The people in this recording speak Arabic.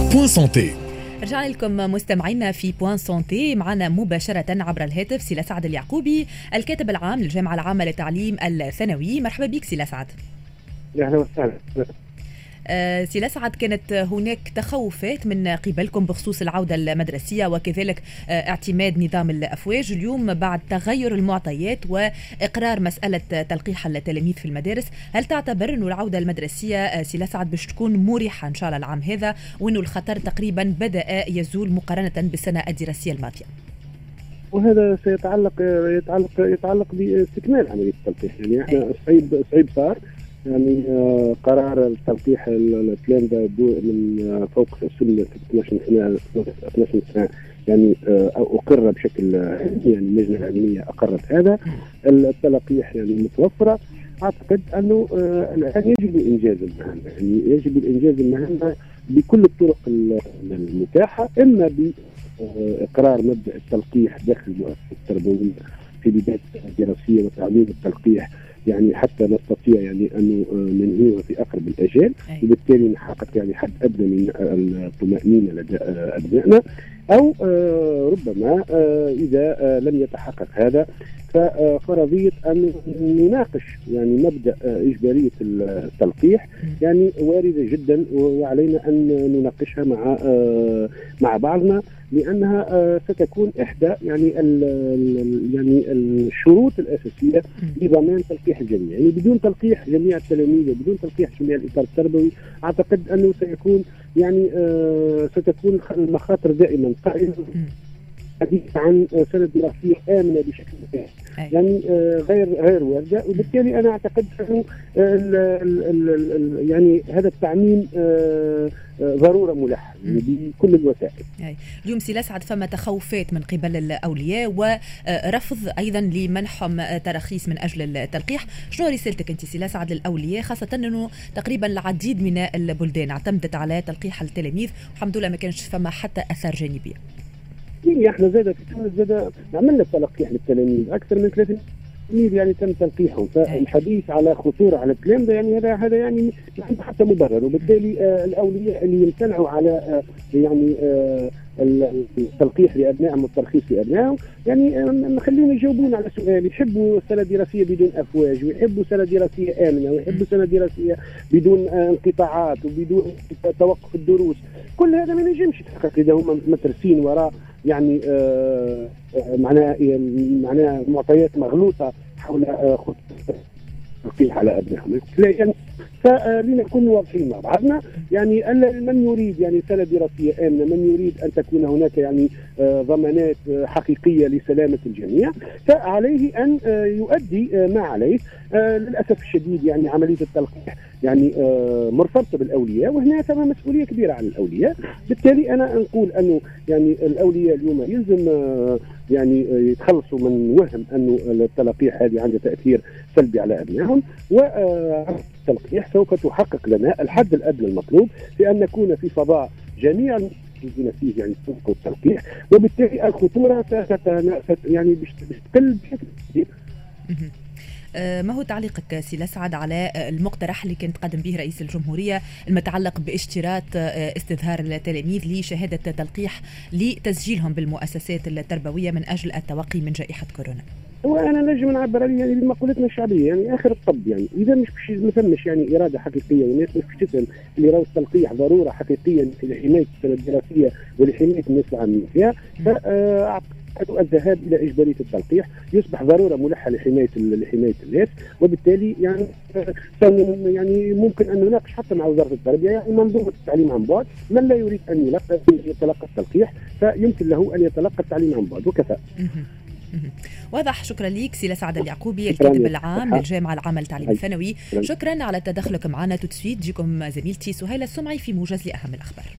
بوان سانتي. رجعنا لكم مستمعينا في بوان سانتي. معنا مباشرة عبر الهاتف سي لسعد اليعقوبي، الكاتب العام للجامعة العامة للتعليم الثانوي. مرحبا بك سي لسعد. أهلا وسهلا. سي لسعد، كانت هناك تخوفات من قبلكم بخصوص العودة المدرسية وكذلك اعتماد نظام الأفواج. اليوم بعد تغير المعطيات وإقرار مسألة تلقيح التلاميذ في المدارس، هل تعتبر أنه العودة المدرسية سي لسعد باش تكون مريحة إن شاء الله العام هذا، وأنه الخطر تقريبا بدأ يزول مقارنة بالسنة الدراسية الماضية؟ وهذا سيتعلق باستكمال عملية التلقيح. يعني احنا صعيب صار، يعني قرار التلقيح التلامذة من فوق سن 12 سنة يعني أقر بشكل يعني اللجنة العلمية أقرت هذا التلقيح يعني متوفرة. أعتقد أنه الآن يجب إنجاز المهمة، يعني يجب الإنجاز المهمة بكل الطرق المتاحة، إما بإقرار مبدأ التلقيح داخل المؤسسة التربوية في بداية الدراسية وتعليم التلقيح، يعني حتى نستطيع يعني أن ننهيه في أقرب الأجال، وبالتالي نحقق يعني حد أدنى من الطمأنينة لدى أبنائنا. أو ربما إذا لم يتحقق هذا ففرضية أن نناقش يعني مبدأ إجبارية التلقيح، يعني واردة جدا وعلينا أن نناقشها مع بعضنا، لأنها ستكون إحدى يعني الشروط الأساسية لضمان تلقيح الجميع. يعني بدون تلقيح جميع التلاميذ وبدون تلقيح جميع الإطار التربوي أعتقد أنه ستكون المخاطر دائما قائمة حديث عن سنة دراسية آمنة بشكل يعني غير واردة. وبالتالي أنا أعتقد أنه يعني هذا التعميم ضرورة ملحة بكل الوسائل. اليوم سي لسعد فما تخوفات من قبل الأولياء ورفض أيضا لمنحهم تراخيص من أجل التلقيح. شنو رسالتك أنت سي لسعد للأولياء، خاصة أنه تقريبا العديد من البلدان اعتمدت على تلقيح التلاميذ والحمد لله ما كانش فما حتى أثار جانبية؟ احنا في تونس عملنا تلقيح للتلاميذ اكثر من 3 تلاميذ يعني تم تلقيحهم، فالحديث على خطوره على التلامذه يعني هذا يعني عنده حتى مبرر. وبالتالي الاولياء اللي يمتنعوا على يعني التلقيح لابنائهم والترخيص لابنائهم، يعني نخليهم يجاوبون على سؤال. يحبوا سنه دراسيه بدون افواج، ويحبوا سنه دراسيه امنه، ويحبوا سنه دراسيه بدون انقطاعات وبدون توقف الدروس. كل هذا ما ينجمش يتحقق اذا هم مترسين وراء يعني معناها معطيات مغلوطه حول خطوط التلقيح على ابنائهم. يعني فلنكون واضحين مع بعضنا، يعني من يريد يعني سنة دراسية آمنة، من يريد أن تكون هناك يعني ضمانات حقيقية لسلامة الجميع، فعليه أن يؤدي ما عليه. للأسف الشديد يعني عملية التلقيح يعني مرتبطة بالأولياء، وهنا ثم مسؤولية كبيرة على الأولياء. بالتالي أنا نقول أنه يعني الأولياء اليوم يلزم يعني يتخلصوا من وهم أنه التلقيح هذه عندها تأثير سلبي على أبنائهم، والتلقيح سوف تحقق لنا الحد الأدنى المطلوب في أن نكون في فضاء جميع الموجودين فيه يعني التلقيح، وبالتالي الخطورة يعني بتقل بشكل كبير. ما هو تعليقك سي لسعد على المقترح اللي كان تقدم به رئيس الجمهورية المتعلق باشتراط استظهار التلاميذ لشهادة تلقيح لتسجيلهم بالمؤسسات التربوية من أجل التوقي من جائحة كورونا؟ وانا نجم نعبر عليه يعني بمقولتنا الشعبيه، يعني اخر الطب. يعني اذا مش ما ثمش يعني اراده حقيقيه والناس مش تفهم اللي راهو التلقيح ضروره حقيقيه لحمايه السنه الدراسيه ولحمايه الناس العامين فيها، الذهاب الى اجباريه التلقيح يصبح ضروره ملحه لحمايه الناس. وبالتالي يعني ممكن ان نناقش حتى مع وزاره التربيه يعني منظومه التعليم عن بعد. من لا يريد ان يتلقى التلقيح فيمكن له ان يتلقى التعليم عن بعد وكفى. واضح. شكرا لك سي لسعد اليعقوبي، الكاتب العام للجامعة العامة للتعليم الثانوي. شكرا على تدخلك معنا. تسويت تجيكم زميلتي سهيلة السمعي في موجز لأهم الأخبار.